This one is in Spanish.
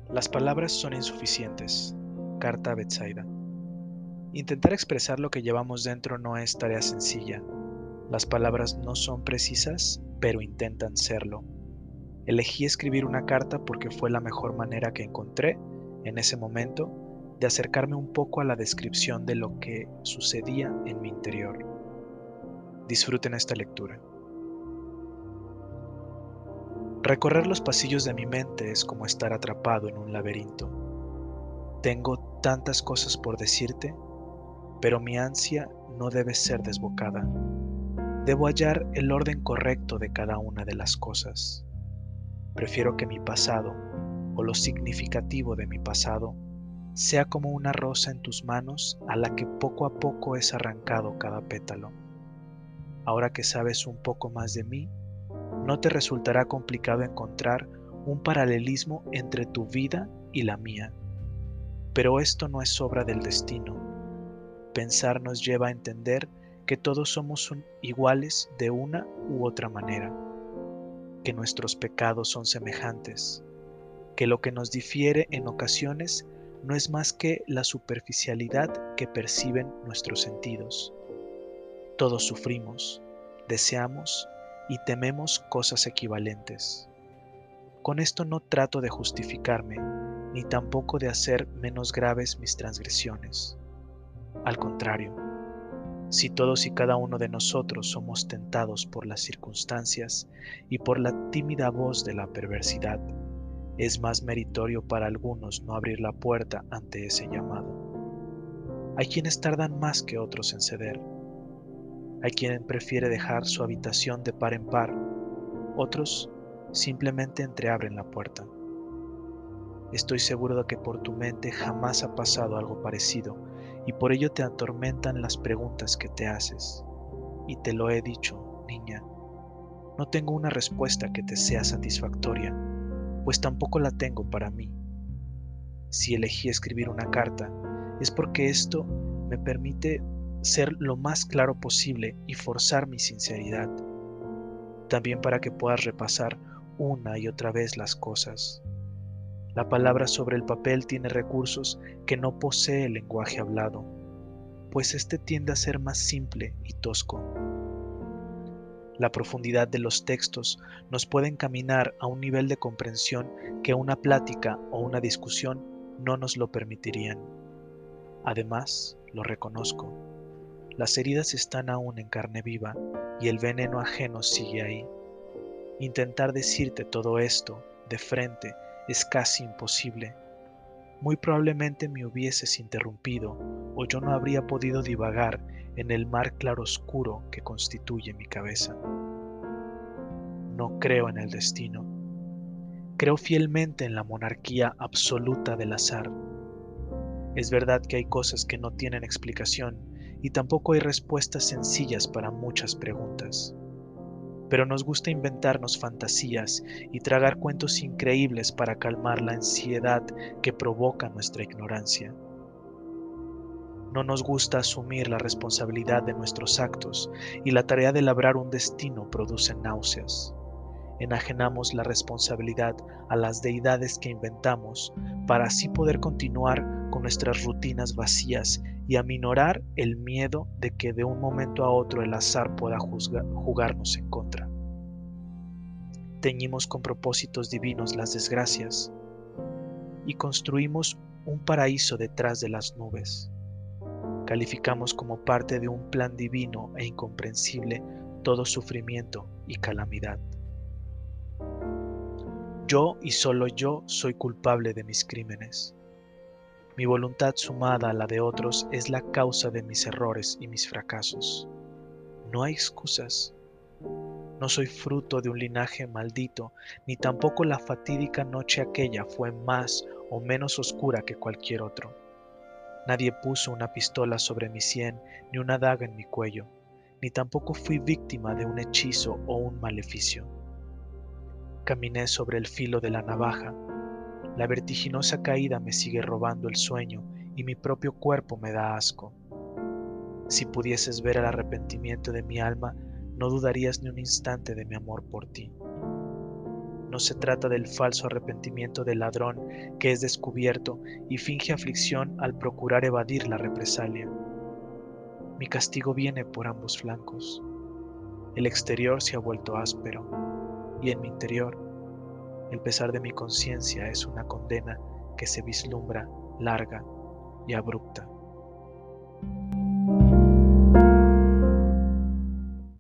Las palabras son insuficientes. Carta a Betsaida. Intentar expresar lo que llevamos dentro no es tarea sencilla. Las palabras no son precisas, pero intentan serlo. Elegí escribir una carta porque fue la mejor manera que encontré, en ese momento, de acercarme un poco a la descripción de lo que sucedía en mi interior. Disfruten esta lectura. Recorrer los pasillos de mi mente es como estar atrapado en un laberinto. Tengo tantas cosas por decirte, pero mi ansia no debe ser desbocada. Debo hallar el orden correcto de cada una de las cosas. Prefiero que mi pasado, o lo significativo de mi pasado, sea como una rosa en tus manos a la que poco a poco es arrancado cada pétalo. Ahora que sabes un poco más de mí, no te resultará complicado encontrar un paralelismo entre tu vida y la mía. Pero esto no es obra del destino. Pensar nos lleva a entender que todos somos iguales de una u otra manera, que nuestros pecados son semejantes, que lo que nos difiere en ocasiones no es más que la superficialidad que perciben nuestros sentidos. Todos sufrimos, deseamos y tememos cosas equivalentes. Con esto no trato de justificarme, ni tampoco de hacer menos graves mis transgresiones. Al contrario, si todos y cada uno de nosotros somos tentados por las circunstancias y por la tímida voz de la perversidad, es más meritorio para algunos no abrir la puerta ante ese llamado. Hay quienes tardan más que otros en ceder. Hay quien prefiere dejar su habitación de par en par. Otros simplemente entreabren la puerta. Estoy seguro de que por tu mente jamás ha pasado algo parecido y por ello te atormentan las preguntas que te haces. Y te lo he dicho, niña, no tengo una respuesta que te sea satisfactoria, pues tampoco la tengo para mí. Si elegí escribir una carta, es porque esto me permite ser lo más claro posible y forzar mi sinceridad. También para que puedas repasar una y otra vez las cosas. La palabra sobre el papel tiene recursos que no posee el lenguaje hablado, pues este tiende a ser más simple y tosco. La profundidad de los textos nos puede encaminar a un nivel de comprensión que una plática o una discusión no nos lo permitirían. Además, lo reconozco, las heridas están aún en carne viva y el veneno ajeno sigue ahí. Intentar decirte todo esto de frente es casi imposible. Muy probablemente me hubieses interrumpido o yo no habría podido divagar en el mar claroscuro que constituye mi cabeza. No creo en el destino. Creo fielmente en la monarquía absoluta del azar. Es verdad que hay cosas que no tienen explicación y tampoco hay respuestas sencillas para muchas preguntas. Pero nos gusta inventarnos fantasías y tragar cuentos increíbles para calmar la ansiedad que provoca nuestra ignorancia. No nos gusta asumir la responsabilidad de nuestros actos y la tarea de labrar un destino produce náuseas. Enajenamos la responsabilidad a las deidades que inventamos para así poder continuar con nuestras rutinas vacías y aminorar el miedo de que de un momento a otro el azar pueda jugarnos en contra. Teñimos con propósitos divinos las desgracias y construimos un paraíso detrás de las nubes. Calificamos como parte de un plan divino e incomprensible todo sufrimiento y calamidad. Yo y solo yo soy culpable de mis crímenes. Mi voluntad sumada a la de otros es la causa de mis errores y mis fracasos. No hay excusas. No soy fruto de un linaje maldito, ni tampoco la fatídica noche aquella fue más o menos oscura que cualquier otro. Nadie puso una pistola sobre mi sien ni una daga en mi cuello, ni tampoco fui víctima de un hechizo o un maleficio. Caminé sobre el filo de la navaja. La vertiginosa caída me sigue robando el sueño y mi propio cuerpo me da asco. Si pudieses ver el arrepentimiento de mi alma, no dudarías ni un instante de mi amor por ti. No se trata del falso arrepentimiento del ladrón que es descubierto y finge aflicción al procurar evadir la represalia. Mi castigo viene por ambos flancos. El exterior se ha vuelto áspero y en mi interior el pesar de mi conciencia es una condena que se vislumbra larga y abrupta.